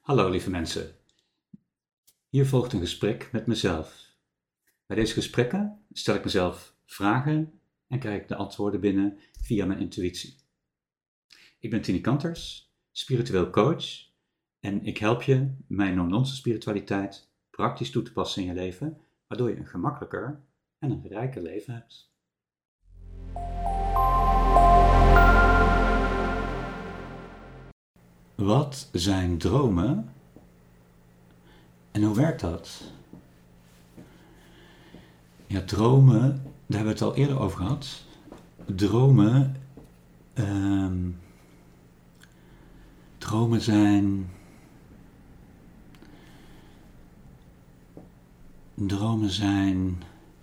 Hallo lieve mensen, hier volgt een gesprek met mezelf. Bij deze gesprekken stel ik mezelf vragen en krijg ik de antwoorden binnen via mijn intuïtie. Ik ben Tini Kanters, spiritueel coach en ik help je mijn no-nonsense spiritualiteit praktisch toe te passen in je leven, waardoor je een gemakkelijker en een rijker leven hebt. Wat zijn dromen en hoe werkt dat? Ja, dromen, daar hebben we het al eerder over gehad. Dromen, dromen zijn, dromen zijn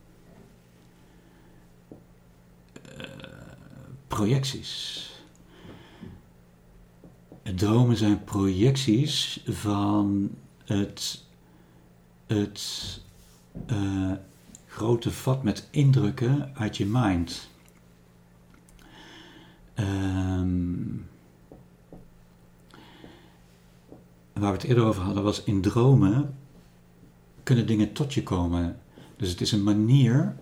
projecties. Dromen zijn projecties van het grote vat met indrukken uit je mind. Waar we het eerder over hadden was in dromen kunnen dingen tot je komen. Dus het is een manier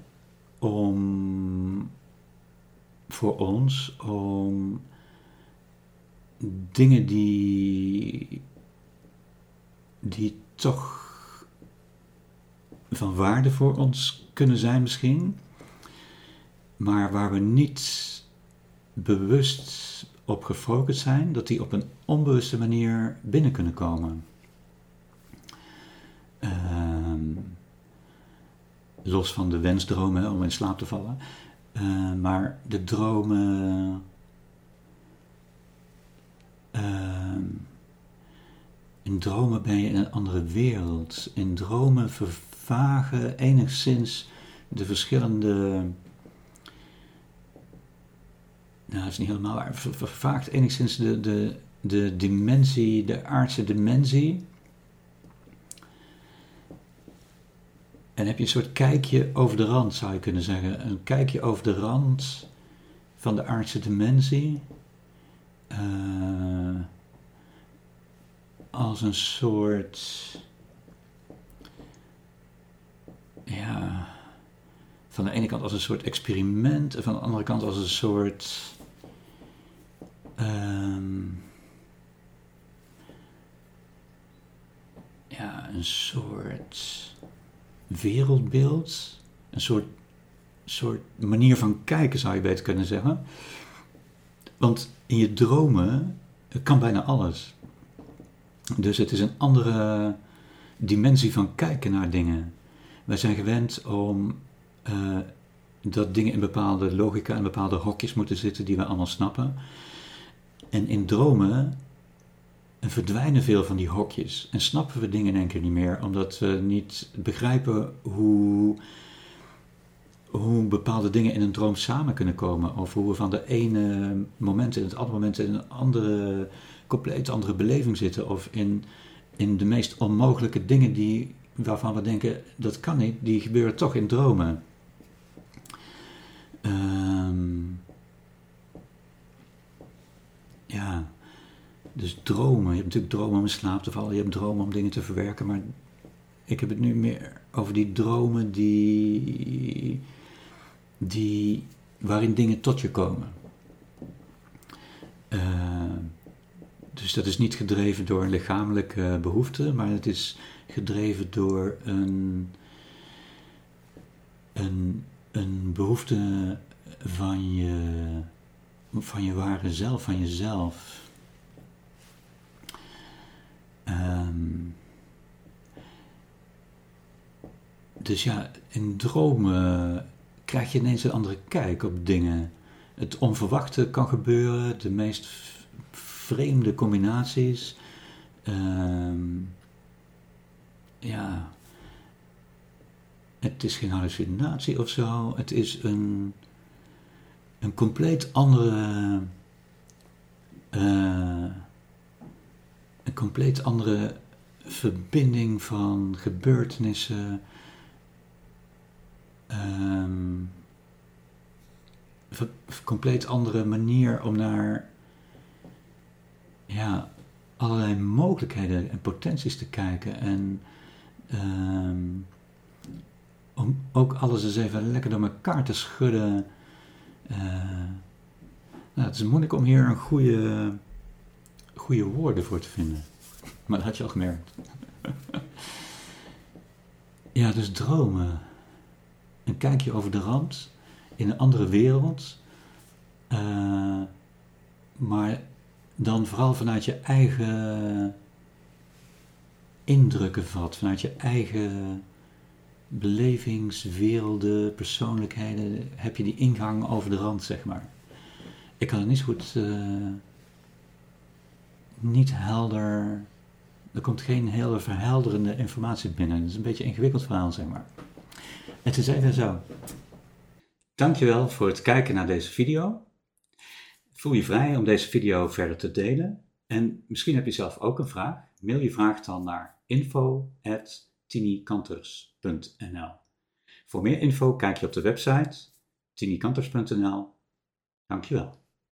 voor ons om dingen die toch van waarde voor ons kunnen zijn misschien, maar waar we niet bewust op gefocust zijn, dat die op een onbewuste manier binnen kunnen komen. Los van de wensdromen om in slaap te vallen. Maar de dromen... in dromen ben je in een andere wereld. In dromen vervagen enigszins de verschillende... Nou, dat is niet helemaal waar. Vervaagt enigszins de dimensie, de aardse dimensie. En heb je een soort kijkje over de rand, zou je kunnen zeggen. Een kijkje over de rand van de aardse dimensie. Als een soort... Ja... Van de ene kant als een soort experiment. En van de andere kant als een soort... een soort wereldbeeld. Een soort manier van kijken zou je beter kunnen zeggen. Want in je dromen kan bijna alles. Dus het is een andere dimensie van kijken naar dingen. Wij zijn gewend om dat dingen in bepaalde logica en bepaalde hokjes moeten zitten die we allemaal snappen. En in dromen verdwijnen veel van die hokjes en snappen we dingen in één keer niet meer, omdat we niet begrijpen hoe bepaalde dingen in een droom samen kunnen komen, of hoe we van de ene moment in het andere moment in een andere, compleet andere beleving zitten, of in de meest onmogelijke dingen waarvan we denken, dat kan niet, die gebeuren toch in dromen. Dus dromen. Je hebt natuurlijk dromen om in slaap te vallen. Je hebt dromen om dingen te verwerken. Maar ik heb het nu meer over die dromen waarin dingen tot je komen. Dus dat is niet gedreven door een lichamelijke behoefte. Maar het is gedreven door een behoefte van je ware zelf, van jezelf. Dus ja, in dromen krijg je ineens een andere kijk op dingen. Het onverwachte kan gebeuren, de meest vreemde combinaties. Het is geen hallucinatie of zo. Het is een compleet andere... een compleet andere verbinding van gebeurtenissen. Compleet andere manier om naar allerlei mogelijkheden en potenties te kijken. En om ook alles eens even lekker door elkaar te schudden. Nou, het is moeilijk om hier een goede woorden voor te vinden. Maar dat had je al gemerkt. Ja, dus dromen. Een kijkje over de rand in een andere wereld. Maar dan vooral vanuit je eigen indrukken vanuit je eigen belevingswerelden, persoonlijkheden, heb je die ingang over de rand, zeg maar. Ik kan het niet zo goed, niet helder, er komt geen hele verhelderende informatie binnen. Het is een beetje een ingewikkeld verhaal, zeg maar. Het is even zo. Dankjewel voor het kijken naar deze video. Voel je vrij om deze video verder te delen. En misschien heb je zelf ook een vraag. Mail je vraag dan naar info@tinikanters.nl. Voor meer info kijk je op de website tinikanters.nl. Dankjewel.